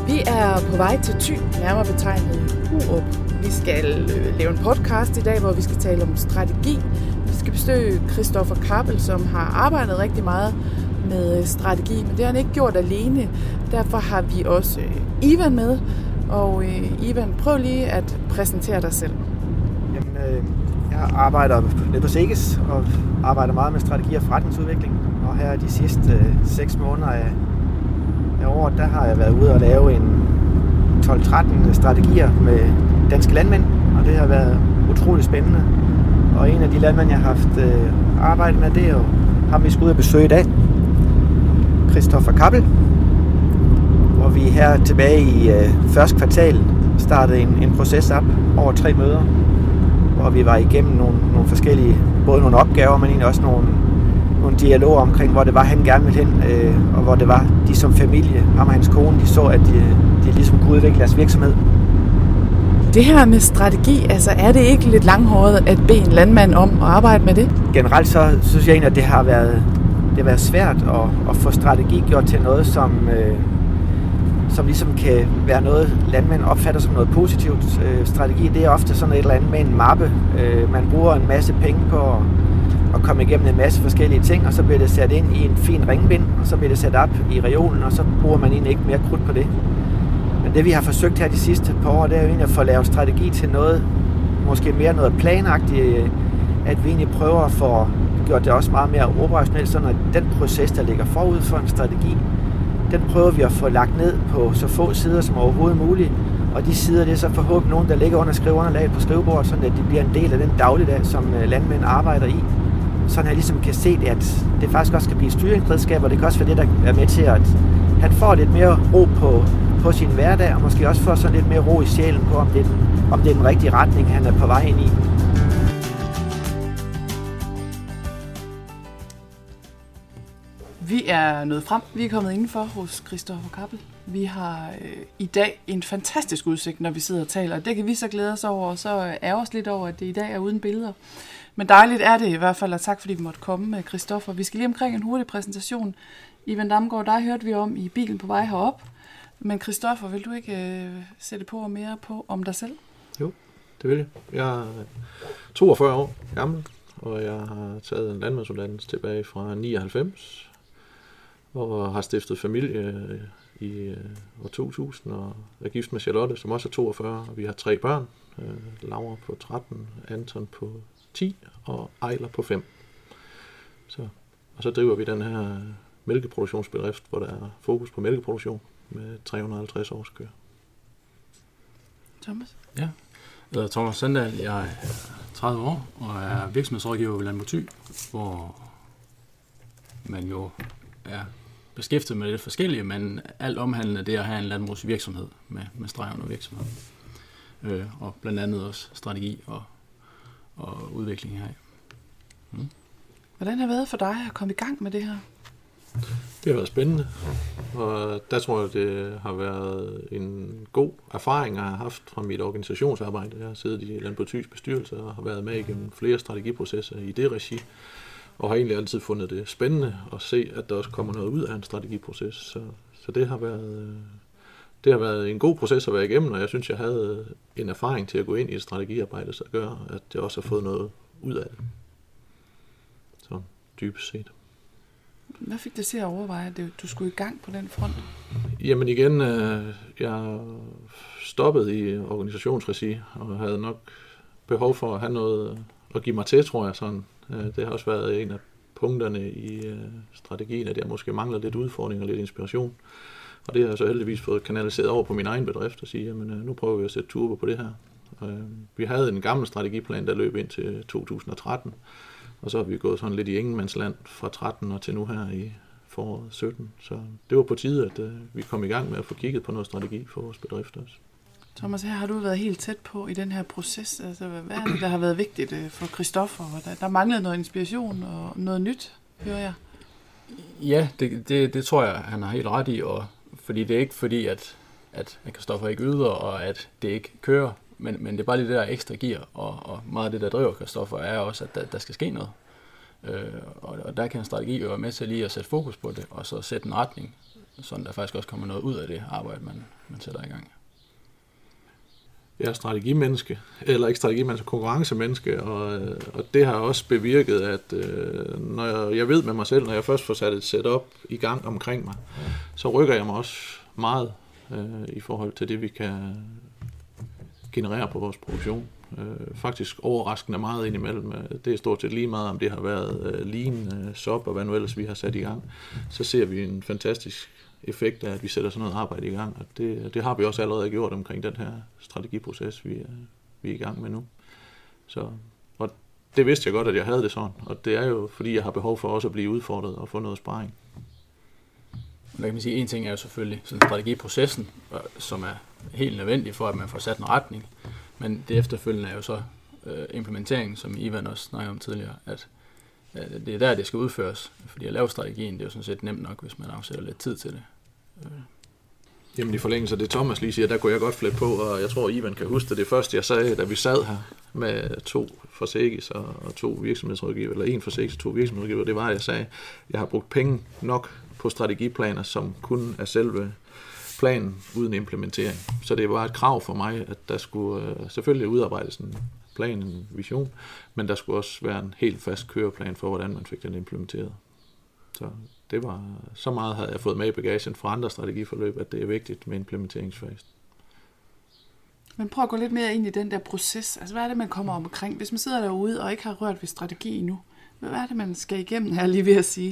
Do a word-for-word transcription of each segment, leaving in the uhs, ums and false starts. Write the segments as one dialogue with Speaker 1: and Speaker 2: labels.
Speaker 1: Vi er på vej til Thy, nærmere betegnet Hurup. Vi skal lave en podcast i dag, hvor vi skal tale om strategi. Vi skal besøge Christoffer Kappel, som har arbejdet rigtig meget med strategi, men det har han ikke gjort alene. Derfor har vi også Ivan med. Og Ivan, prøv lige at præsentere dig selv.
Speaker 2: Jamen, øh, jeg arbejder nede på Seges og arbejder meget med strategi og forretningsudvikling. Og her de sidste øh, seks måneder af, af året, der har jeg været ude og lave en tolv tretten strategier med danske landmænd. Og det har været utroligt spændende. Og en af de landmænd, jeg har haft øh, arbejdet med, det er jo ham, vi skal ud og besøge i dag. Christoffer Kappel. Hvor vi her tilbage i øh, første kvartal startede en, en proces op over tre møder. Hvor vi var igennem nogle, nogle forskellige, både nogle opgaver, men egentlig også nogle, nogle dialoger omkring, hvor det var, han gerne ville hen, øh, og hvor det var, de som familie, ham og hans kone, de så, at de, de ligesom kunne udvikle deres virksomhed.
Speaker 1: Det her med strategi, altså er det ikke lidt langhåret at bede en landmand om at arbejde med det?
Speaker 2: Generelt så synes jeg egentlig, at det har været, det har været svært at, at få strategi gjort til noget, som, øh, som ligesom kan være noget, landmænd opfatter som noget positivt. Øh, strategi, det er ofte sådan et eller andet med en mappe. Øh, man bruger en masse penge på at, at komme igennem en masse forskellige ting, og så bliver det sat ind i en fin ringbind, og så bliver det sat op i reolen, og så bruger man egentlig ikke mere krudt på det. Men det vi har forsøgt her de sidste par år, det er jo egentlig at få lavet strategi til noget, måske mere noget planagtigt, at vi egentlig prøver at få gjort det også meget mere operationelt, sådan at den proces, der ligger forud for en strategi, den prøver vi at få lagt ned på så få sider som overhovedet muligt. Og de sider, det er så forhåbentlig nogen, der ligger under skriveunderlaget på skrivebordet, sådan at de bliver en del af den dagligdag, som landmænd arbejder i. Sådan at jeg ligesom kan se, at det faktisk også kan blive styringsredskab, og det kan også være det, der er med til, at han får lidt mere ro på, på sin hverdag, og måske også får sådan lidt mere ro i sjælen på, om det, er den, om det er den rigtige retning, han er på vej ind i.
Speaker 1: Vi er nået frem. Vi er kommet indenfor hos Christoffer Kappel. Vi har øh, i dag en fantastisk udsigt, når vi sidder og taler. Det kan vi så glæde os over, og så er os lidt over, at det i dag er uden billeder. Men dejligt er det i hvert fald, og tak fordi vi måtte komme med Christoffer. Vi skal lige omkring en hurtig præsentation. Ivan Damgaard, dig hørte vi om i bilen på vej herop. Men Christoffer, vil du ikke øh, sætte på og mere på om dig selv?
Speaker 3: Jo, det vil jeg. Jeg er toogfyrre år gammel, og jeg har taget en landmandsuddannelse tilbage fra nioghalvfems. Og har stiftet familie i år to tusind, og er gift med Charlotte, som også er toogfyrre, og vi har tre børn. Laura på tretten, Anton på ti, og Ejler på fem. Så, og så driver vi den her mælkeproduktionsbedrift, hvor der er fokus på mælkeproduktion med tre hundrede og halvtreds årskøer.
Speaker 1: Thomas?
Speaker 4: Ja, jeg hedder Thomas Sandahl, jeg er tredive år, og er virksomhedsrådgiver ved Landbrug Thy, hvor man jo er beskæftiget med lidt forskellige, men alt omhandlende det at have en landbrugsvirksomhed med, med streg under virksomhed. Øh, og blandt andet også strategi og, og udvikling her. Mm.
Speaker 1: Hvordan har det været for dig at komme i gang med det her?
Speaker 3: Det har været spændende, og der tror jeg, det har været en god erfaring, jeg har haft fra mit organisationsarbejde. Jeg har siddet i Landbrug Thys bestyrelse og har været med igennem flere strategiprocesser i det regi, og har egentlig altid fundet det spændende at se, at der også kommer noget ud af en strategiproces. Så, så det har været det har været en god proces at være igennem, og jeg synes, jeg havde en erfaring til at gå ind i et strategiarbejde, så gør, at jeg også har fået noget ud af det. Så dybest set.
Speaker 1: Hvad fik dig til at overveje, at du skulle i gang på den front?
Speaker 3: Jamen igen, jeg stoppede i organisationsregi, og havde nok behov for at have noget at give mig til, tror jeg sådan. Det har også været en af punkterne i strategien, at jeg måske mangler lidt udfordring og lidt inspiration. Og det har jeg så heldigvis fået kanaliseret over på min egen bedrift og sige, jamen nu prøver vi at sætte turbo på det her. Vi havde en gammel strategiplan, der løb ind til to tusind og tretten, og så har vi gået sådan lidt i ingenmandsland fra tretten og til nu her i foråret sytten. Så det var på tide, at vi kom i gang med at få kigget på noget strategi for vores bedrift også.
Speaker 1: Thomas, her har du været helt tæt på i den her proces. Altså, hvad er det, der har været vigtigt for Christoffer? Der, der manglede noget inspiration og noget nyt, hører jeg.
Speaker 4: Ja, det, det, det tror jeg, han har helt ret i, og fordi det er ikke fordi, at, at Christoffer ikke yder, og at det ikke kører, men, men det er bare det der ekstra gear, og, og meget af det, der driver Christoffer, er også, at der, der skal ske noget. Øh, og, og der kan en strategi jo være med til lige at sætte fokus på det, og så sætte en retning, sådan der faktisk også kommer noget ud af det arbejde, man, man sætter i gang.
Speaker 3: Jeg er strategimenneske, eller ikke strategimenneske, konkurrencemenneske, og, og det har også bevirket, at øh, når jeg, jeg ved med mig selv, når jeg først får sat et setup i gang omkring mig, ja. så rykker jeg mig også meget øh, i forhold til det, vi kan generere på vores produktion. Øh, faktisk overraskende meget indimellem. Det er stort set lige meget, om det har været øh, lean, øh, sop og hvad nu ellers vi har sat i gang. Så ser vi en fantastisk effekt af, at vi sætter sådan noget arbejde i gang, og det, det har vi også allerede gjort omkring den her strategiproces, vi er, vi er i gang med nu. Så, og det vidste jeg godt, at jeg havde det sådan, og det er jo, fordi jeg har behov for også at blive udfordret og få noget sparring.
Speaker 4: Der kan man sige, en ting er jo selvfølgelig sådan strategiprocessen, som er helt nødvendig for, at man får sat en retning, men det efterfølgende er jo så øh, implementeringen, som Ivan også snakkede om tidligere, at det er der, det skal udføres, fordi at lave strategien, det er jo sådan set nemt nok, hvis man afsætter lidt tid til det.
Speaker 3: Jamen i forlængelse af det, Thomas lige siger, der kunne jeg godt flippe på, og jeg tror, Ivan kan huske det, det første, jeg sagde, da vi sad her med to Forsekis og to virksomhedsrådgiver, eller en Forsekis og to virksomhedsrådgiver, det var, at jeg sagde, at jeg har brugt penge nok på strategiplaner, som kun er selve planen uden implementering. Så det var et krav for mig, at der skulle selvfølgelig udarbejdes en plan, en vision, men der skulle også være en helt fast køreplan for, hvordan man fik den implementeret. Så det var, så meget havde jeg fået med i bagagen fra andre strategiforløb, at det er vigtigt med implementeringsfase.
Speaker 1: Men prøv at gå lidt mere ind i den der proces. Altså, hvad er det, man kommer omkring? Hvis man sidder derude og ikke har rørt ved strategi endnu, hvad er det, man skal igennem her, lige ved at sige?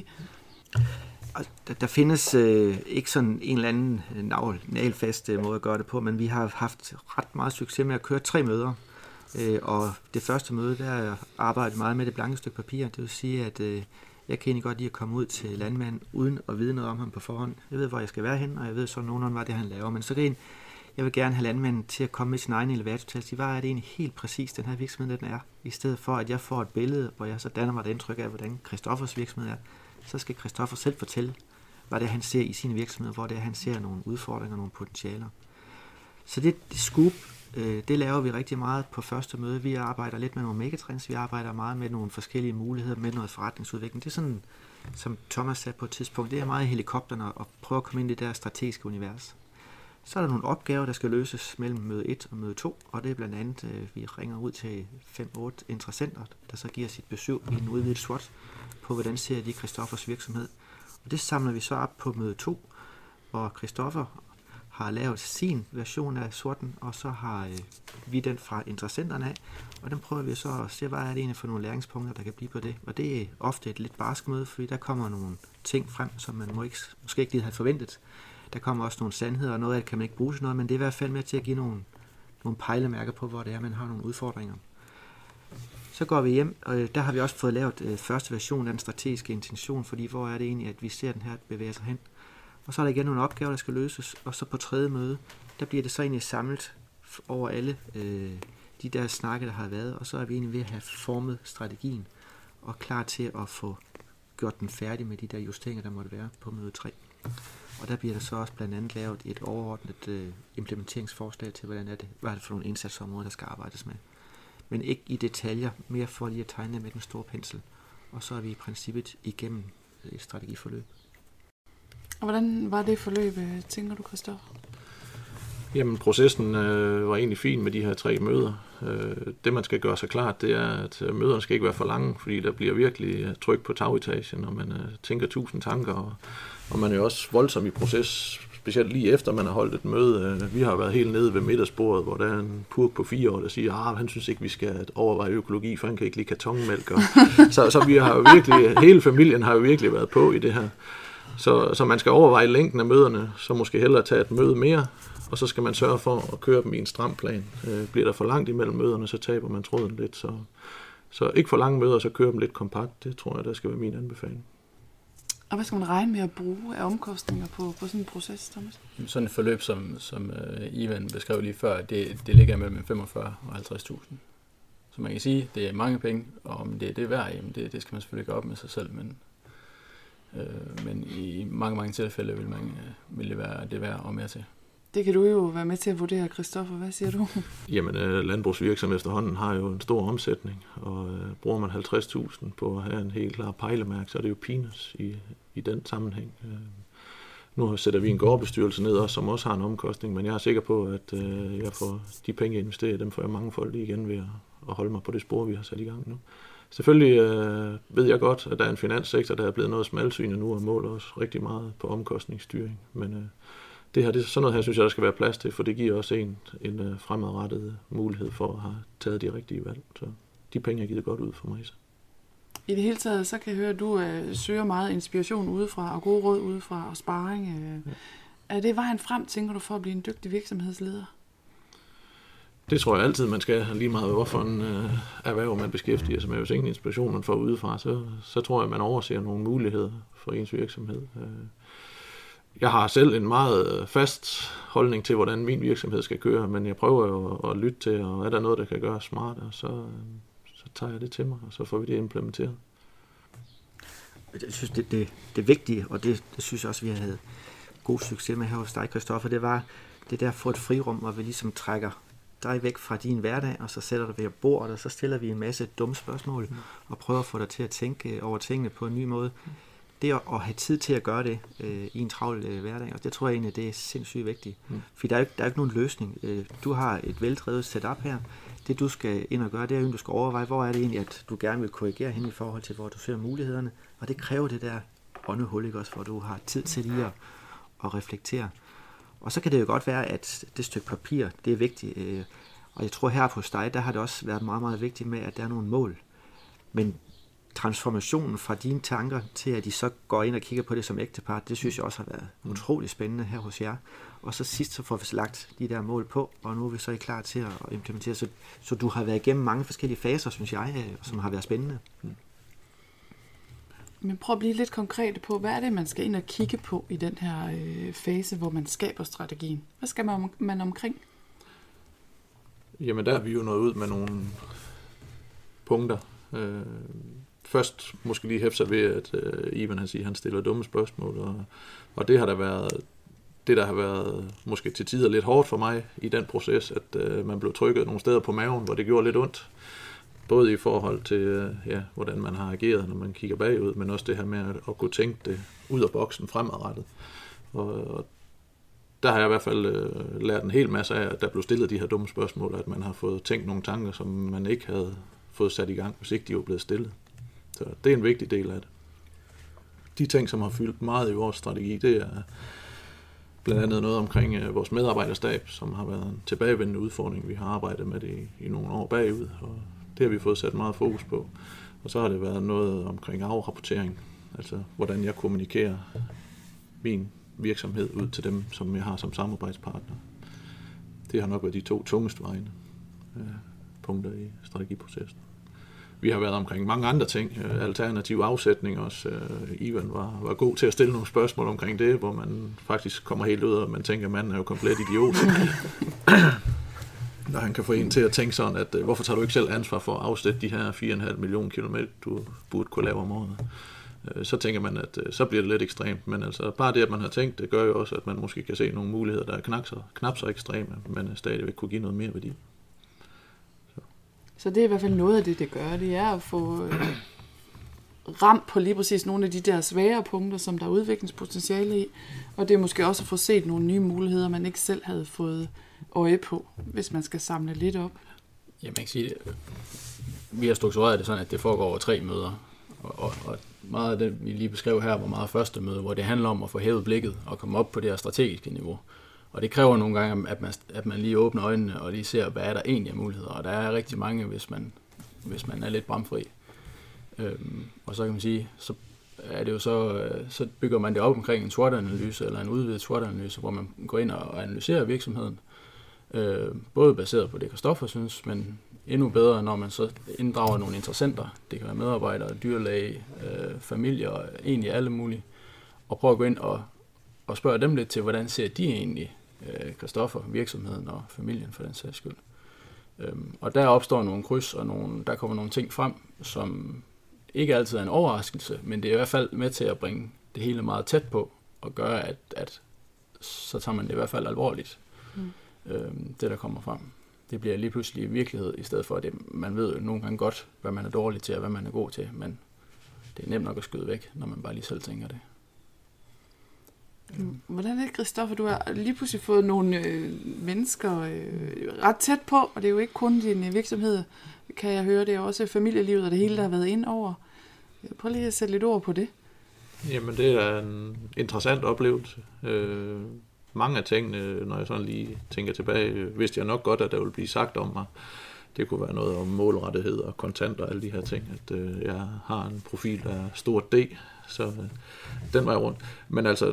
Speaker 2: Der, der findes øh, ikke sådan en eller anden nagelfast øh, måde at gøre det på, men vi har haft ret meget succes med at køre tre møder. Øh, og det første møde, der har jeg arbejdet meget med det blanke stykke papir. Det vil sige, at øh, jeg kan egentlig godt lide at komme ud til landmanden, uden at vide noget om ham på forhånd. Jeg ved, hvor jeg skal være hen, og jeg ved så nogenlunde, hvad det han laver. Men så kan jeg, jeg vil gerne have landmanden til at komme med sin egen elevator til at sige, hvad er det egentlig helt præcis, den her virksomhed den er. I stedet for, at jeg får et billede, hvor jeg så danner mig et indtryk af, hvordan Christoffers virksomhed er, så skal Christoffer selv fortælle, hvad det er, han ser i sin virksomhed, hvor det er, han ser nogle udfordringer, nogle potentialer. Så det, det scoop, øh, det laver vi rigtig meget på første møde. Vi arbejder lidt med nogle megatrends, vi arbejder meget med nogle forskellige muligheder, med noget forretningsudvikling. Det er sådan, som Thomas sagde på et tidspunkt, det er meget i helikopterne og prøve at komme ind i det der strategiske univers. Så er der nogle opgaver, der skal løses mellem møde et og møde to, og det er blandt andet, øh, vi ringer ud til fem otte interessenter, der så giver sit besøg i en udvidet SWOT på, hvordan ser de Christoffers virksomhed. Og det samler vi så op på møde to, hvor Christoffer har lavet sin version af SWOT'en, og så har øh, vi den fra interessenterne af, og den prøver vi så at se, hvad er det egentlig for nogle læringspunkter, der kan blive på det. Og det er ofte et lidt barsk møde, fordi der kommer nogle ting frem, som man må ikke, måske ikke lige have forventet. Der kommer også nogle sandheder, og noget af det kan man ikke bruge til noget, men det er i hvert fald med til at give nogle, nogle pejlemærker på, hvor det er, man har nogle udfordringer. Så går vi hjem, og der har vi også fået lavet øh, første version af den strategiske intention, fordi hvor er det egentlig, at vi ser den her bevæge sig hen. Og så er der igen nogle opgaver, der skal løses, og så på tredje møde, der bliver det så egentlig samlet over alle øh, de der snakke, der har været, og så er vi egentlig ved at have formet strategien, og klar til at få gjort den færdig med de der justeringer, der måtte være på møde tre. Og der bliver der så også blandt andet lavet et overordnet øh, implementeringsforslag til, hvordan er det, hvad er det for nogle indsatsområder, der skal arbejdes med. Men ikke i detaljer, mere for lige at tegne med den store pensel. Og så er vi i princippet igennem et strategiforløb.
Speaker 1: Og hvordan var det forløb, tænker du, Christoffer?
Speaker 3: Jamen, processen øh, var egentlig fin med de her tre møder. Øh, det, man skal gøre sig klart, det er, at møderne skal ikke være for lange, fordi der bliver virkelig tryk på tagetagen, og man øh, tænker tusind tanker, og, og man er jo også voldsom i proces, specielt lige efter man har holdt et møde. Vi har været helt nede ved middagsbordet, hvor der er en purk på fire år, der siger, at han synes ikke, vi skal overveje økologi, for han kan ikke lide kartonmælk. så, så vi har jo virkelig, hele familien har jo virkelig været på i det her. Så, så man skal overveje længden af møderne, så måske hellere tage et møde mere, og så skal man sørge for at køre dem i en stram plan. Øh, bliver der for langt imellem møderne, så taber man tråden lidt. Så, så ikke for lange møder, så køre dem lidt kompakt. Det tror jeg, der skal være min anbefaling.
Speaker 1: Og hvad skal man regne med at bruge af omkostninger på, på sådan en proces, Thomas?
Speaker 4: Sådan et forløb, som, som uh, Ivan beskrev lige før, det, det ligger mellem femogfyrre og halvtreds tusind. Så man kan sige, det er mange penge, og om det er det værd, jamen det, det skal man selvfølgelig gøre op med sig selv, men, øh, men i mange, mange tilfælde vil, man, øh, vil det være det værd og mere til.
Speaker 1: Det kan du jo være med til at vurdere, Christoffer. Hvad siger du?
Speaker 3: Jamen, øh, landbrugsvirksomhed efterhånden har jo en stor omsætning, og øh, bruger man halvtreds tusind på at have en helt klar pejlemærke, så er det jo peanuts i, i den sammenhæng. Øh, nu sætter vi en gårdbestyrelse ned også, som også har en omkostning, men jeg er sikker på, at øh, jeg får de penge, jeg investerer, dem får jeg mange folk igen ved at, at holde mig på det spor, vi har sat i gang nu. Selvfølgelig øh, ved jeg godt, at der er en finanssektor, der er blevet noget smalsynet nu, og måler også rigtig meget på omkostningsstyring, men øh, det her, det, sådan noget her synes jeg, der skal være plads til, for det giver også en, en uh, fremadrettet mulighed for at have taget de rigtige valg. Så de penge er givet godt ud for mig. Så.
Speaker 1: I det hele taget, så kan jeg høre, at du uh, søger meget inspiration udefra, og gode råd udefra, og sparring. Uh. Ja. Er det vejen frem, tænker du, for at blive en dygtig virksomhedsleder?
Speaker 3: Det tror jeg altid, man skal, lige meget hvorfor en uh, erhverv man beskæftiger sig med. Hvis ingen inspiration man får udefra, så, så tror jeg, man overser nogle muligheder for ens virksomhed. Uh, Jeg har selv en meget fast holdning til, hvordan min virksomhed skal køre, men jeg prøver jo at, at lytte til, og er der noget, der kan gøres smartere, så, så tager jeg det til mig, og så får vi det implementeret.
Speaker 2: Jeg synes, det, det, det vigtige, og det, det synes jeg også, vi havde god succes med her hos dig, Christoffer, det var det der at få et frirum, hvor vi ligesom trækker dig væk fra din hverdag, og så sætter dig ved bordet, og så stiller vi en masse dumme spørgsmål, og prøver at få dig til at tænke over tingene på en ny måde. Det at, at have tid til at gøre det øh, i en travl øh, hverdag, og det tror jeg egentlig, det er sindssygt vigtigt. Mm. For der er jo der er ikke nogen løsning. Øh, du har et veldrevet setup her. Det du skal ind og gøre, det er jo, at du skal overveje, hvor er det egentlig, at du gerne vil korrigere hen i forhold til, hvor du ser mulighederne. Og det kræver det der åndehul, ikke også, hvor du har tid til lige at, at reflektere. Og så kan det jo godt være, at det stykke papir, det er vigtigt. Øh, og jeg tror her hos dig, der har det også været meget, meget vigtigt med, at der er nogle mål. Men transformationen fra dine tanker til, at de så går ind og kigger på det som ægtepar, det synes jeg også har været mm. utrolig spændende her hos jer. Og så sidst så får vi lagt de der mål på, og nu er vi så klar til at implementere. Så, så du har været igennem mange forskellige faser, synes jeg, som har været spændende. Mm.
Speaker 1: Men prøv at blive lidt konkret på, hvad er det, man skal ind og kigge på i den her øh, fase, hvor man skaber strategien? Hvad skal man, om, man omkring?
Speaker 3: Jamen der er vi jo nået ud med nogle punkter. Øh, først måske lige hæfte sig ved, at øh, Ivan han siger, han stiller dumme spørgsmål, og, og det har der været, det der har været måske til tider lidt hårdt for mig i den proces, at øh, man blev trykket nogle steder på maven, hvor det gjorde lidt ondt. Både i forhold til, øh, ja, hvordan man har ageret, når man kigger bagud, men også det her med at, at kunne tænke det ud af boksen fremadrettet. Og, og der har jeg i hvert fald øh, lært en hel masse af, at der blev stillet de her dumme spørgsmål, at man har fået tænkt nogle tanker, som man ikke havde fået sat i gang, hvis ikke de var blevet stillet. Så det er en vigtig del af det. De ting, som har fyldt meget i vores strategi, det er blandt andet noget omkring øh, vores medarbejderstab, som har været en tilbagevendende udfordring. Vi har arbejdet med det i, i nogle år bagud, og det har vi fået sat meget fokus på. Og så har det været noget omkring afrapportering, altså hvordan jeg kommunikerer min virksomhed ud til dem, som jeg har som samarbejdspartner. Det har nok været de to tungeste vejene øh, punkter i strategiprocessen. Vi har været omkring mange andre ting, alternativ afsætning også. Ivan var, var god til at stille nogle spørgsmål omkring det, hvor man faktisk kommer helt ud, og man tænker, at manden er jo komplet idiot. Når han kan få en til at tænke sådan, at hvorfor tager du ikke selv ansvar for at afsætte de her fire komma fem millioner kilometer, du burde kunne lave om året? Så tænker man, at så bliver det lidt ekstremt, men altså bare det, at man har tænkt, det gør jo også, at man måske kan se nogle muligheder, der er knap så, knap så ekstreme, men stadigvæk kunne give noget mere værdi.
Speaker 1: Så det er i hvert fald noget af det, det gør. Det er at få øh, ramt på lige præcis nogle af de der svære punkter, som der er udviklingspotentiale i. Og det er måske også at få set nogle nye muligheder, man ikke selv havde fået øje på, hvis man skal samle lidt op.
Speaker 4: Ja, man kan sige, vi har struktureret det sådan, at det foregår over tre møder. Og, og, og meget af det, vi lige beskrev her, var meget første møde, hvor det handler om at få hævet blikket og komme op på det her strategiske niveau. Og det kræver nogle gange, at man, at man lige åbner øjnene og lige ser, hvad er der egentlig af muligheder. Og der er rigtig mange, hvis man, hvis man er lidt bramfri. Øhm, og så kan man sige, så er det jo så, så bygger man det op omkring en SWOT-analyse eller en udvidet SWOT-analyse, hvor man går ind og analyserer virksomheden. Øh, både baseret på det, Christoffer synes, men endnu bedre, når man så inddrager nogle interessenter. Det kan være medarbejdere, dyrlæge, øh, familier, egentlig alle mulige. Og prøve at gå ind og og spørge dem lidt til, hvordan ser de egentlig, Christoffer, virksomheden og familien for den sags skyld. Øhm, og der opstår nogle kryds, og nogle, der kommer nogle ting frem, som ikke altid er en overraskelse, men det er i hvert fald med til at bringe det hele meget tæt på, og gøre, at, at så tager man det i hvert fald alvorligt. mm. øh, det der kommer frem. Det bliver lige pludselig virkelighed, i stedet for, at det, man ved jo nogle gange godt, hvad man er dårlig til, og hvad man er god til, men det er nemt nok at skyde væk, når man bare lige selv tænker det.
Speaker 1: Hvordan er det, Christoffer? Du har lige pludselig fået nogle øh, mennesker øh, ret tæt på, og det er jo ikke kun din virksomhed, kan jeg høre. Det er også familielivet og det hele, der har været ind over. Prøv lige at sætte lidt ord på det.
Speaker 3: Jamen, det er en interessant oplevelse. Øh, mange af tingene, når jeg sådan lige tænker tilbage, vidste jeg nok godt, at der ville blive sagt om mig. Det kunne være noget om målrettighed og kontanter og alle de her ting. At øh, jeg har en profil, der er stort D, så øh, den vej rundt. Men altså,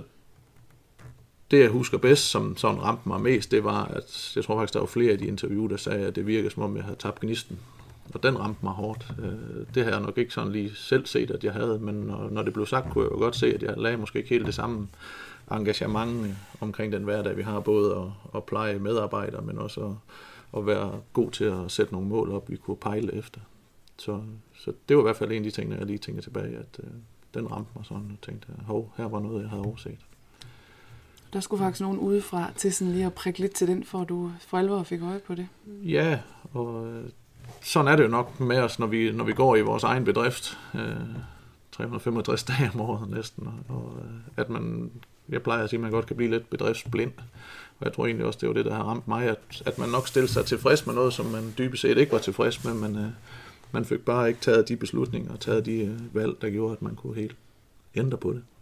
Speaker 3: det jeg husker bedst, som sådan ramte mig mest, det var, at jeg tror faktisk, der var flere af de interviewer, der sagde, at det virkede som om, jeg havde tabt gnisten. Og den ramte mig hårdt. Det har jeg nok ikke sådan lige selv set, at jeg havde, men når det blev sagt, kunne jeg jo godt se, at jeg lagde måske ikke helt det samme engagement omkring den hverdag, vi har, både at, at pleje medarbejdere, men også at, at være god til at sætte nogle mål op, vi kunne pejle efter. Så, så det var i hvert fald en af de ting, jeg lige tænker tilbage, at uh, den ramte mig sådan, og tænkte, hov, her var noget, jeg havde overset.
Speaker 1: Der skulle faktisk nogen udefra til sådan lige at prikke lidt til den, for at du for alvor fik øje på det.
Speaker 3: Ja, og sådan er det jo nok med os, når vi, når vi går i vores egen bedrift. Øh, tre hundrede og femogtres dage om året næsten. Og at man, jeg plejer at sige, at man godt kan blive lidt bedriftsblind. Og jeg tror egentlig også, det var det, der har ramt mig, at, at man nok stillede sig tilfreds med noget, som man dybest set ikke var tilfreds med, men øh, man fik bare ikke taget de beslutninger og taget de øh, valg, der gjorde, at man kunne helt ændre på det.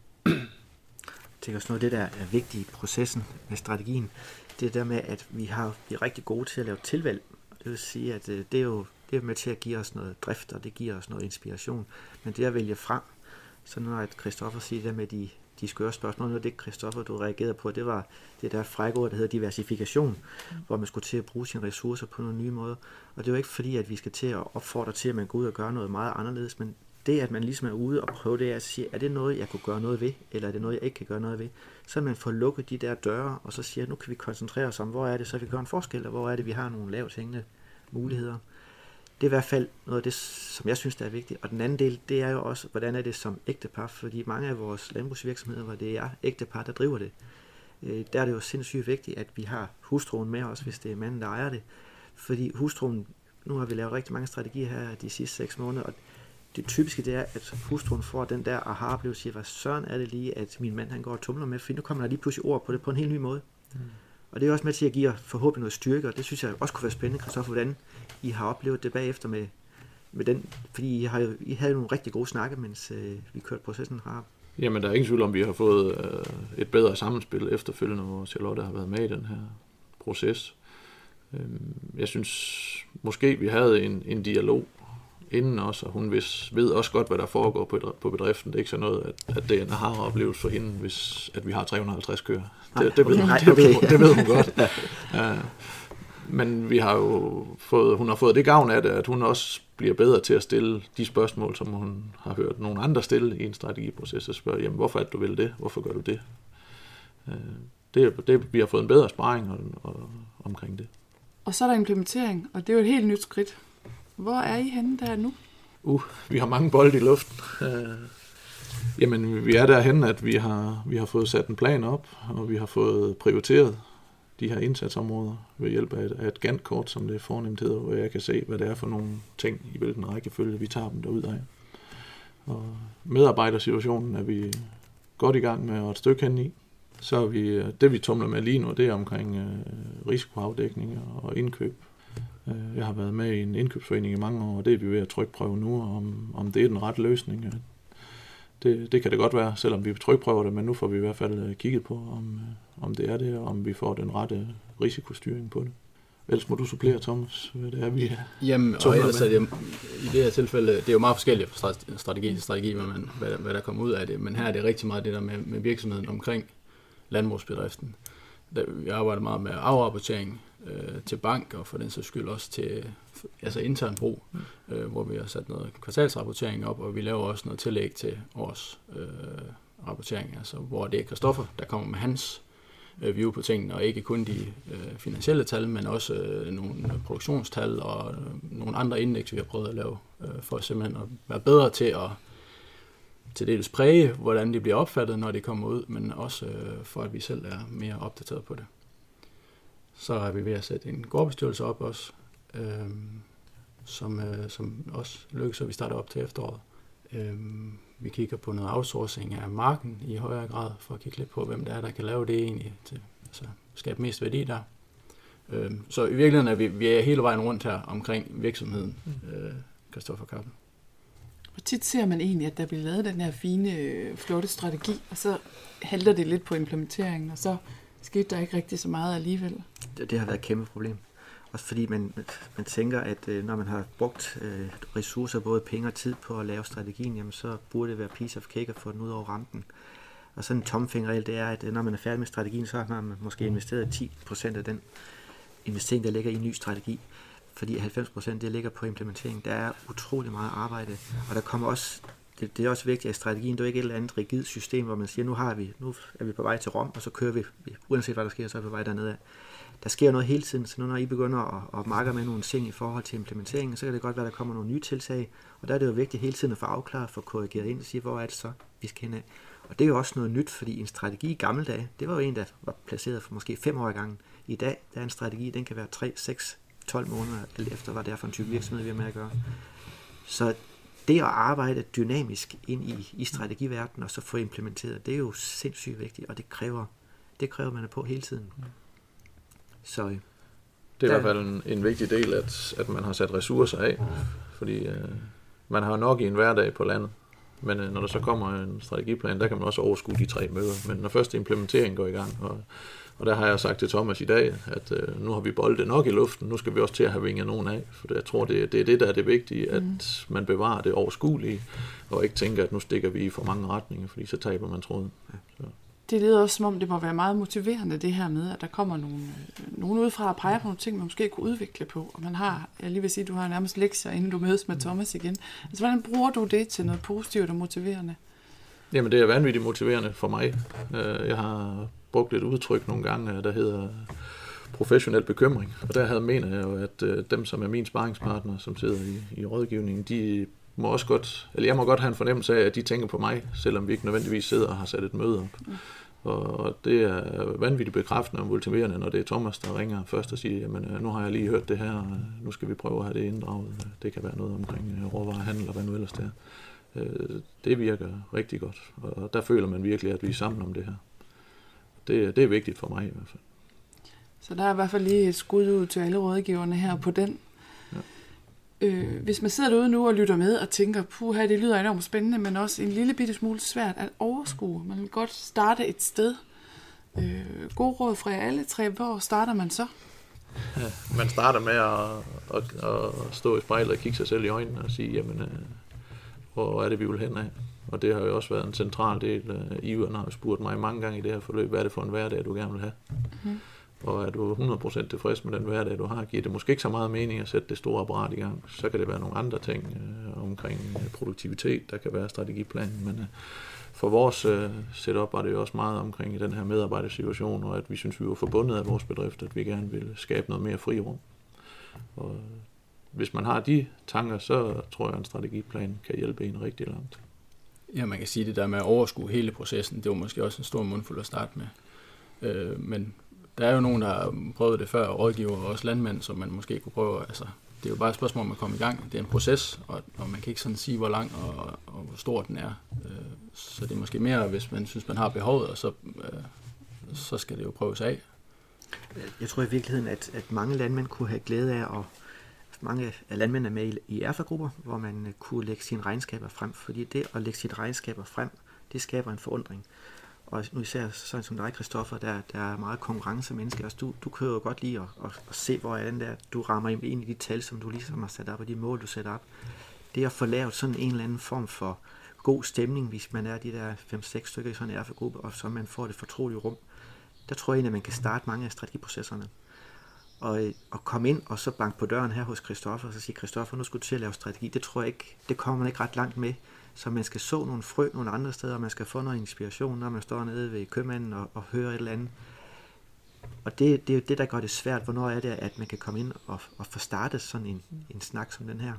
Speaker 2: Jeg tænker også noget af det, der er vigtigt i processen med strategien, det er der med, at vi, har, vi er rigtig gode til at lave tilvalg. Det vil sige, at det er jo det er med til at give os noget drift, og det giver os noget inspiration. Men det at vælge fra, så når at Christoffer siger det med de, de skøre spørgsmål, noget af det, Christoffer, du reagerede på, det var det der frække ord, der hedder diversifikation, mm. hvor man skulle til at bruge sine ressourcer på nogle nye måder. Og det er jo ikke fordi, at vi skal til at opfordre til, at man går ud og gør noget meget anderledes, men det, at man ligesom er ude og prøve det, er at sige, er det noget, jeg kunne gøre noget ved, eller er det noget, jeg ikke kan gøre noget ved? Så man får lukket de der døre, og så siger, nu kan vi koncentrere os om, hvor er det, så vi kan gøre en forskel, og hvor er det, vi har nogle lavt hængende muligheder. Det er i hvert fald noget af det, som jeg synes, der er vigtigt. Og den anden del, det er jo også, hvordan er det som ægtepar, fordi mange af vores landbrugsvirksomheder, hvor det er ægtepar, der driver det, der er det jo sindssygt vigtigt, at vi har hustruen med os, hvis det er manden, der ejer det. Fordi hustruen, nu har vi lavet rigtig mange strategier her de sidste seks måneder, og det typiske det er, at hustruen får den der aha-oplevelse og siger, hvad søren er det lige, at min mand han går og tumler med, for nu kommer der lige pludselig ord på det på en helt ny måde. Mm. Og det er også med til at give jer forhåbentlig noget styrke, og det synes jeg også kunne være spændende, Christoffer, hvordan I har oplevet det bagefter med, med den, fordi I, har jo, I havde jo nogle rigtig gode snakke, mens øh, vi kørte processen her.
Speaker 3: Jamen, der er ingen tvivl om, vi har fået øh, et bedre sammenspil efterfølgende, hvor Charlotte har været med i den her proces. Øh, jeg synes, måske vi havde en, en dialog inden også, og hun vis, ved også godt, hvad der foregår på, på bedriften. Det er ikke sådan noget, at, at det er en aha-oplevelse for hende, hvis at vi har tre hundrede og halvtreds køer. Det, det, det, ved,
Speaker 2: okay.
Speaker 3: det, ved, det ved hun godt. Ja. Men vi har jo fået, hun har fået det gavn af det, at hun også bliver bedre til at stille de spørgsmål, som hun har hørt nogle andre stille i en strategiproces, og spørge, jamen, hvorfor er det, du vil det? Hvorfor gør du det? det, det vi har fået en bedre sparring og, og, omkring det.
Speaker 1: Og så er der implementering, og det er jo et helt nyt skridt. Hvor er I henne der nu?
Speaker 3: Uh, vi har mange bolde i luften. Uh, jamen, vi er derhen, at vi har, vi har fået sat en plan op, og vi har fået prioriteret de her indsatsområder ved hjælp af et, af et Gantt-kort, som det fornemt hedder, hvor jeg kan se, hvad det er for nogle ting, i hvilken rækkefølge vi tager dem derud af. Og medarbejdersituationen er vi godt i gang med at et stykke hen i. Så er vi, det vi tumler med lige nu, det er omkring uh, risikoafdækning og indkøb. Jeg har været med i en indkøbsforening i mange år, og det er vi ved at trykprøve nu, om, om det er den rette løsning. Det, det kan det godt være, selvom vi trykprøver det, men nu får vi i hvert fald kigget på, om, om det er det, og om vi får den rette risikostyring på det. Ellers må du supplere, Thomas, hvad det er, vi
Speaker 4: Jamen, og ellers er det i det her tilfælde, det er jo meget forskelligt fra strategi til strategi, hvad, man, hvad, hvad der kommer ud af det, men her er det rigtig meget det der med, med virksomheden omkring landbrugsbedriften. Vi arbejder meget med afrapportering øh, til bank, og for den sags skyld også til altså intern brug, mm. øh, hvor vi har sat noget kvartalsrapportering op, og vi laver også noget tillæg til års øh, rapportering, altså hvor det er Christoffer, der kommer med hans øh, view på tingene, og ikke kun de øh, finansielle tal, men også øh, nogle produktionstal og øh, nogle andre indeks, vi har prøvet at lave, øh, for simpelthen at være bedre til at til dels præge, hvordan det bliver opfattet, når det kommer ud, men også øh, for, at vi selv er mere opdateret på det. så er vi ved at sætte en gårdbestyrelse op også, øh, som, øh, som også lykkes, at vi starter op til efteråret. Øh, vi kigger på noget outsourcing af marken i højere grad, for at kigge lidt på, hvem der er, der kan lave det egentlig, til altså, skabe mest værdi der. Øh, så i virkeligheden er vi, vi er hele vejen rundt her omkring virksomheden, øh, Christoffer Kappel.
Speaker 1: Hvor tit ser man egentlig, at der bliver lavet den her fine, flotte strategi, og så halter det lidt på implementeringen, og så skete der ikke rigtig så meget alligevel?
Speaker 2: Det, det har været et kæmpe problem. Også fordi man, man tænker, at øh, når man har brugt øh, ressourcer, både penge og tid på at lave strategien, jamen, så burde det være piece of cake at få den ud over rampen. Og sådan en tomfingerregel, det er, at når man er færdig med strategien, så har man måske investeret ti procent af den investering, der ligger i en ny strategi. Fordi halvfems procent det ligger på implementering. Der er utrolig meget arbejde, og der kommer også, det, det er også vigtigt, at strategien, det er ikke et eller andet rigidt system, hvor man siger, nu har vi, nu er vi på vej til Rom, og så kører vi, uanset hvad der sker, så er vi på vej dernede af. Der sker noget hele tiden, så nu når I begynder at, at markere med nogle ting i forhold til implementeringen, så kan det godt være, at der kommer nogle nye tiltag, og der er det jo vigtigt hele tiden at få afklaret, få korrigeret ind og sige, hvor er det så, vi skal hen af. Og det er jo også noget nyt, fordi en strategi i gamle dage, det var jo en, der var placeret for måske fem år i gangen. I dag, der er en strategi, den kan være tre, seks, tolv måneder, alt efter hvad det er for en type virksomhed, vi er med at gøre. Så det at arbejde dynamisk ind i, i strategiverdenen, og så få implementeret, det er jo sindssygt vigtigt, og det kræver, det kræver man er på hele tiden. Så,
Speaker 3: det er der, i hvert fald en, en vigtig del, at, at man har sat ressourcer af, fordi øh, man har nok i en hverdag på landet, men øh, når der så kommer en strategiplan, der kan man også overskue de tre møder, men når først implementeringen går i gang, og, og der har jeg sagt til Thomas i dag, at øh, nu har vi boldet nok i luften, nu skal vi også til at have vinget nogen af, for jeg tror, det, det er det, der er det vigtige, at mm. man bevarer det overskuelige, og ikke tænker, at nu stikker vi i for mange retninger, fordi så taber man tråden. Så.
Speaker 1: Det lyder også, som om det må være meget motiverende, det her med, at der kommer nogle, nogen udefra og peger på nogle ting, man måske kunne udvikle på. Og man har, jeg lige vil sige, du har nærmest lektier, inden du mødes med Thomas igen. Altså, hvordan bruger du det til noget positivt og motiverende?
Speaker 3: Jamen, det er vanvittigt motiverende for mig. Jeg har brugt et udtryk nogle gange, der hedder professionel bekymring. Og der havde mener jeg jo, at dem, som er mine sparringspartnere, som sidder i, i rådgivningen, de må også godt, eller jeg må godt have en fornemmelse af, at de tænker på mig, selvom vi ikke nødvendigvis sidder og har sat et møde op. Mm. Og det er vanvittigt bekræftende og motiverende, når det er Thomas, der ringer først og siger, jamen nu har jeg lige hørt det her, og nu skal vi prøve at have det inddraget. Det kan være noget omkring råvarehandel og hvad nu ellers det er. Det virker rigtig godt, og der føler man virkelig, at vi er sammen om det her. Det, det er vigtigt for mig i hvert fald.
Speaker 1: Så der er i hvert fald lige et skud ud til alle rådgiverne her på den. Øh, hvis man sidder derude nu og lytter med og tænker, puha, det lyder enormt spændende, men også en lille bitte smule svært at overskue. Man vil godt starte et sted. Øh, god råd fra alle tre. Hvor starter man så?
Speaker 3: Ja, man starter med at, at, at stå i spejlet og kigge sig selv i øjnene og sige, jamen, øh, hvor er det, vi vil hen af? Og det har jo også været en central del. Ivan har jo spurgt mig mange gange i det her forløb, hvad er det for en hverdag, du gerne vil have? Mm. Og er du hundrede procent tilfreds med den hverdag, du har, giver det måske ikke så meget mening at sætte det store apparat i gang. Så kan det være nogle andre ting øh, omkring produktivitet, der kan være strategiplanen. Men øh, for vores øh, setup var det jo også meget omkring den her medarbejdersituation, og at vi synes, vi var forbundet af vores bedrift, at vi gerne ville skabe noget mere frirum. Og hvis man har de tanker, så tror jeg, at en strategiplan kan hjælpe en rigtig langt.
Speaker 4: Ja, man kan sige det der med at overskue hele processen, det var måske også en stor mundfuld at starte med. Øh, men der er jo nogen, der har prøvet det før, rådgiver og også landmænd, som man måske kunne prøve. Altså, det er jo bare et spørgsmål om at komme i gang. Det er en proces, og, og man kan ikke sådan sige, hvor lang og, og hvor stor den er. Øh, så det er måske mere, hvis man synes, man har behovet, og så, øh, så skal det jo prøves af.
Speaker 2: Jeg tror i virkeligheden, at, at mange landmænd kunne have glæde af, og mange af landmænd er med i, i R F A-grupper, hvor man kunne lægge sine regnskaber frem. Fordi det at lægge sine regnskaber frem, det skaber en forundring. Og nu især sådan som dig, Christoffer, der, der er meget konkurrencemenneske. Altså, du, du kører jo godt lige at, at, at se, hvor er den der, du rammer ind i de tal, som du ligesom har sat op, og de mål, du sætter op. Det at få lavet sådan en eller anden form for god stemning, hvis man er de der fem seks stykker i sådan en R F A-gruppe, og så man får det fortrolige rum, der tror jeg egentlig, at man kan starte mange af strategiprocesserne. Og at komme ind og så banke på døren her hos Christoffer, og så sige, Christoffer, nu skulle du til at lave strategi. Det tror jeg ikke, det kommer man ikke ret langt med. Så man skal så nogle frø nogle andre steder, og man skal få noget inspiration, når man står nede ved købmanden og, og hører et eller andet. Og det, det er jo det, der gør det svært. Hvornår er det, at man kan komme ind og, og få startet sådan en, en snak som den her.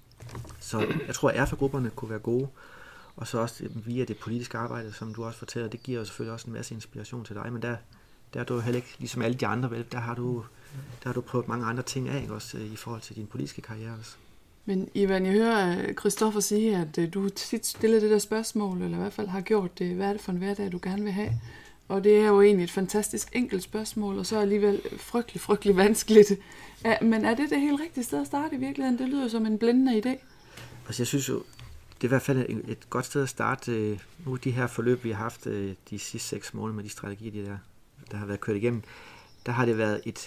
Speaker 2: Så jeg tror, at R F A-grupperne kunne være gode. Og så også via det politiske arbejde, som du også fortæller, det giver jo selvfølgelig også en masse inspiration til dig. Men der, Der er du heller ikke, ligesom alle de andre, vel, der har du, der har du prøvet mange andre ting af, ikke? Også i forhold til din politiske karriere også.
Speaker 1: Men Ivan, jeg hører Christoffer sige, at du tit stiller det der spørgsmål, eller i hvert fald har gjort det, hvad er det for en hverdag, du gerne vil have? Og det er jo egentlig et fantastisk enkelt spørgsmål, og så alligevel frygtelig, frygtelig vanskeligt. Men er det det helt rigtige sted at starte i virkeligheden? Det lyder som en blændende idé.
Speaker 2: Altså jeg synes jo, det er i hvert fald et godt sted at starte. Nu de her forløb, vi har haft de sidste seks måneder med de strategier, de der, der har været kørt igennem, der har det været et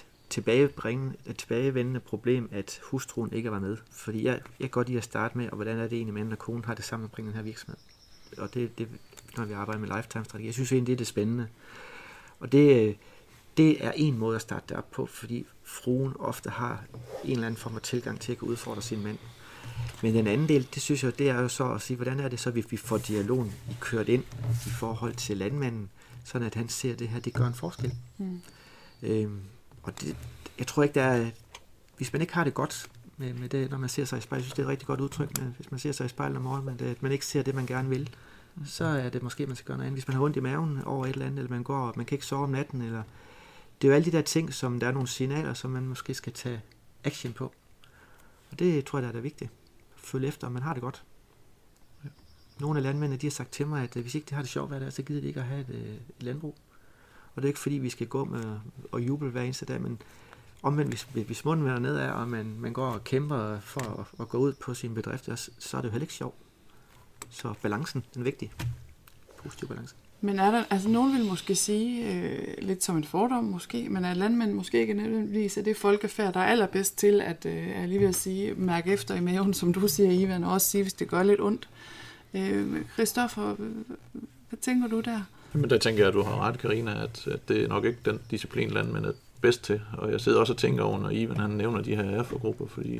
Speaker 2: et tilbagevendende problem, at hustruen ikke var med. Fordi jeg, jeg kan godt lide at starte med, og hvordan er det egentlig, manden og konen har det sammen omkring den her virksomhed. Og det, det når vi arbejder med lifetime-strategi. Jeg synes egentlig, det er det spændende. Og det, det er en måde at starte det op på, fordi fruen ofte har en eller anden form af tilgang til at kunne udfordre sin mand. Men den anden del, det synes jeg, det er jo så at sige, hvordan er det så, hvis vi får dialogen kørt ind i forhold til landmanden, sådan at han ser det her, det gør en forskel. Mm. Øhm, og det, jeg tror ikke, der er, hvis man ikke har det godt med, med det, når man ser sig i spejl, jeg synes, det er et rigtig godt udtryk, men hvis man ser sig i spejl om morgenen, men det, at man ikke ser det, man gerne vil, så er det måske, man skal gøre noget andet. Hvis man har ondt i maven over et eller andet, eller man går, og man kan ikke sove om natten, eller det er jo alle de der ting, som der er nogle signaler, som man måske skal tage action på. Og det tror jeg, der er det vigtigt. Følge efter, om man har det godt. Ja. Nogle af landmændene, de har sagt til mig, at hvis ikke de har det sjovt hver dag, så gider de ikke at have et, et landbrug. Og det er ikke fordi, vi skal gå med og juble hver eneste dag, men omvendt, hvis, hvis munden vender nedad, og man, man går og kæmper for at, at gå ud på sin bedrift, så er det jo heller ikke sjovt. Så balancen, den er vigtig. Positiv balance.
Speaker 1: Men er der, altså nogen vil måske sige, øh, lidt som en fordom måske, men er landmænd måske ikke nødvendigvis, at det folkefærd, der er allerbedst til at, øh, er lige ved at sige, mærke efter i maven, som du siger, Ivan, og også sige, hvis det gør lidt ondt. Øh, Christoffer, hvad tænker du der?
Speaker 3: Men der tænker jeg, at du har ret, Karina, at, at det er nok ikke den disciplin, landmænd er bedst til. Og jeg sidder også og tænker over, når Ivan han nævner de her R F O-grupper, fordi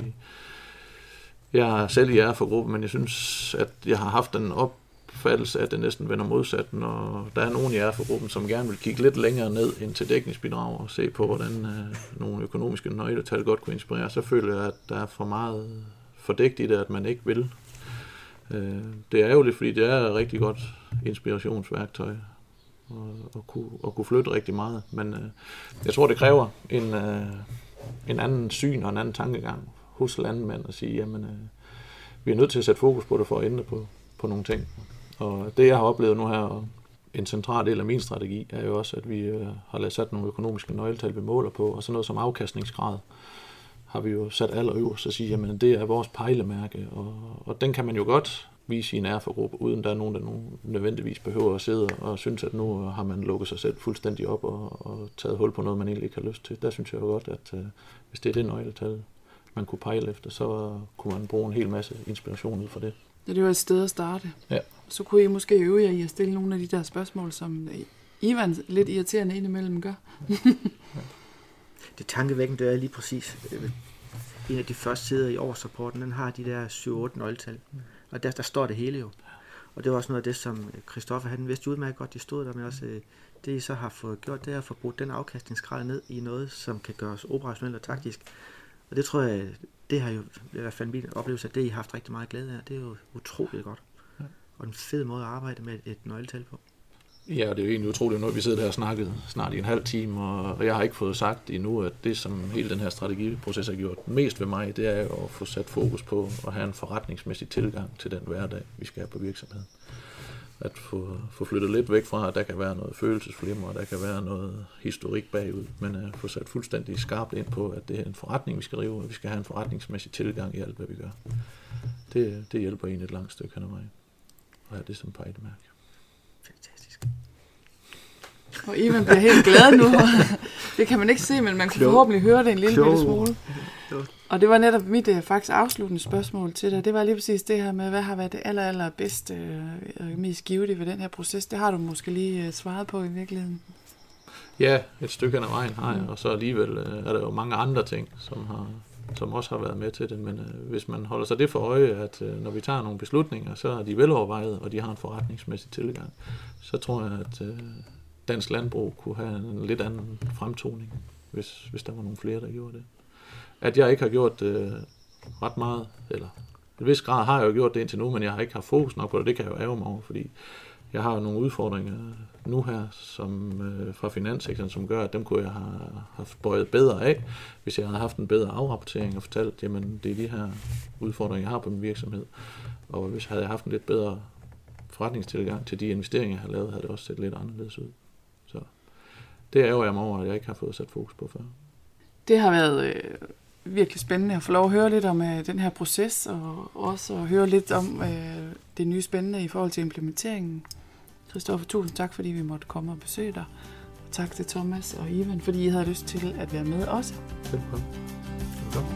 Speaker 3: jeg er selv i R F O-gruppen, men jeg synes, at jeg har haft en opfattelse af, at det næsten vender modsat, når der er nogen i R F O-gruppen, som gerne vil kigge lidt længere ned ind til dækningsbidrag og se på, hvordan øh, nogle økonomiske nøgletal godt kunne inspirere. Så føler jeg, at der er for meget fordækt i det, at man ikke vil. Øh, det er jo lidt, fordi det er et rigtig godt inspirationsværktøj og, og, kunne, og kunne flytte rigtig meget. Men øh, jeg tror, det kræver en, øh, en anden syn og en anden tankegang hos landmænd at sige, jamen øh, vi er nødt til at sætte fokus på det for at ændre på, på nogle ting. Og det jeg har oplevet nu her, en central del af min strategi, er jo også, at vi øh, har lavet sat nogle økonomiske nøgletal, vi måler på, og sådan noget som afkastningsgrad har vi jo sat allerøverst og sige, jamen det er vores pejlemærke, og, og den kan man jo godt vise i en R F O-gruppe, uden der er nogen, der nogen nødvendigvis behøver at sidde og synes, at nu har man lukket sig selv fuldstændig op og, og taget hul på noget, man egentlig ikke har lyst til. Der synes jeg jo godt, at øh, hvis det er det nøgletal, man kunne pejle efter, så kunne man bruge en hel masse inspiration ud for det.
Speaker 1: Ja, det var et sted at starte.
Speaker 3: Ja.
Speaker 1: Så kunne I måske øve jer i at stille nogle af de der spørgsmål, som Ivan lidt irriterende indimellem gør.
Speaker 2: Ja. Det tankevækkende, det er lige præcis. En af de første sider i årsrapporten, den har de der syv otte nøgletal. Og der, der står det hele jo. Og det var også noget af det, som Christoffer han vidste udmærket godt, de stod der, men også det, I så har fået gjort, det er at få brugt den afkastningsgrad ned i noget, som kan gøres operationelt og taktisk. Og det tror jeg, det har jo i hvert fald min oplevelse, at det I har haft rigtig meget glæde af. Det er jo utroligt godt. Og en fed måde at arbejde med et nøgletal på.
Speaker 3: Ja, det er jo egentlig utroligt, når vi sidder her og snakket snart i en halv time, og jeg har ikke fået sagt endnu, at det, som hele den her strategiproces har gjort mest ved mig, det er jo at få sat fokus på at have en forretningsmæssig tilgang til den hverdag, vi skal have på virksomheden. At få, få flyttet lidt væk fra, at der kan være noget følelsesflimmer, og der kan være noget historik bagud, men at få sat fuldstændig skarpt ind på, at det er en forretning, vi skal rive, og vi skal have en forretningsmæssig tilgang i alt, hvad vi gør. Det, det hjælper en et langt stykke hen ad vejen, og have det som pejlemærke.
Speaker 2: Fantastisk.
Speaker 1: Og Ivan bliver helt glad nu. Det kan man ikke se, men man kan forhåbentlig høre det en lille bitte smule. Og det var netop mit uh, faktisk afsluttende spørgsmål til dig. Det var lige præcis det her med, hvad har været det aller, aller bedste og uh, mest givetige ved den her proces. Det har du måske lige uh, svaret på i virkeligheden.
Speaker 3: Ja, et stykke af vejen har jeg, og så alligevel uh, er der jo mange andre ting, som, har, som også har været med til det. Men uh, hvis man holder sig det for øje, at uh, når vi tager nogle beslutninger, så er de velovervejet, og de har en forretningsmæssig tilgang, så tror jeg, at uh, dansk landbrug kunne have en lidt anden fremtoning, hvis, hvis der var nogle flere, der gjorde det. At jeg ikke har gjort det øh, ret meget, eller i vis grad har jeg jo gjort det indtil nu, men jeg har ikke haft fokus nok på det, det kan jeg jo ærge mig over, fordi jeg har nogle udfordringer nu her som, øh, fra finanssektoren, som gør, at dem kunne jeg have haft bøjet bedre af, hvis jeg havde haft en bedre afrapportering og fortalt, jamen det er de her udfordringer, jeg har på min virksomhed. Og hvis jeg havde haft en lidt bedre forretningstilgang til de investeringer, jeg har lavet, havde det også set lidt anderledes ud. Så det ærger jeg mig over, at jeg ikke har fået sat fokus på før.
Speaker 1: Det har været øh, virkelig spændende at få lov at høre lidt om øh, den her proces, og også at høre lidt om øh, det nye spændende i forhold til implementeringen. Christoffer, tusind tak, fordi vi måtte komme og besøge dig. Og tak til Thomas og Ivan, fordi I havde lyst til at være med også.
Speaker 3: Velkommen. Velkommen.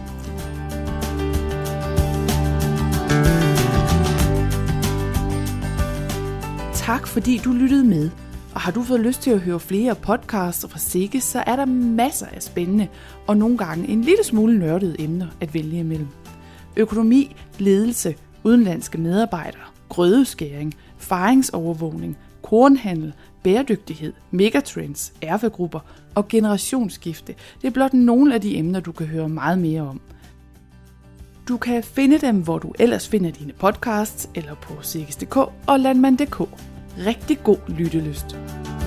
Speaker 1: Tak fordi du lyttede med. Og har du fået lyst til at høre flere podcasts fra Sikke, så er der masser af spændende og nogle gange en lille smule nørdede emner at vælge imellem. Økonomi, ledelse, udenlandske medarbejdere, grødeskæring, faringsovervågning, kornhandel, bæredygtighed, megatrends, erhvervsgrupper og generationsskifte. Det er blot nogle af de emner, du kan høre meget mere om. Du kan finde dem, hvor du ellers finder dine podcasts, eller på sikkes punktum d k og landmand punktum d k. Rigtig god lyttelyst.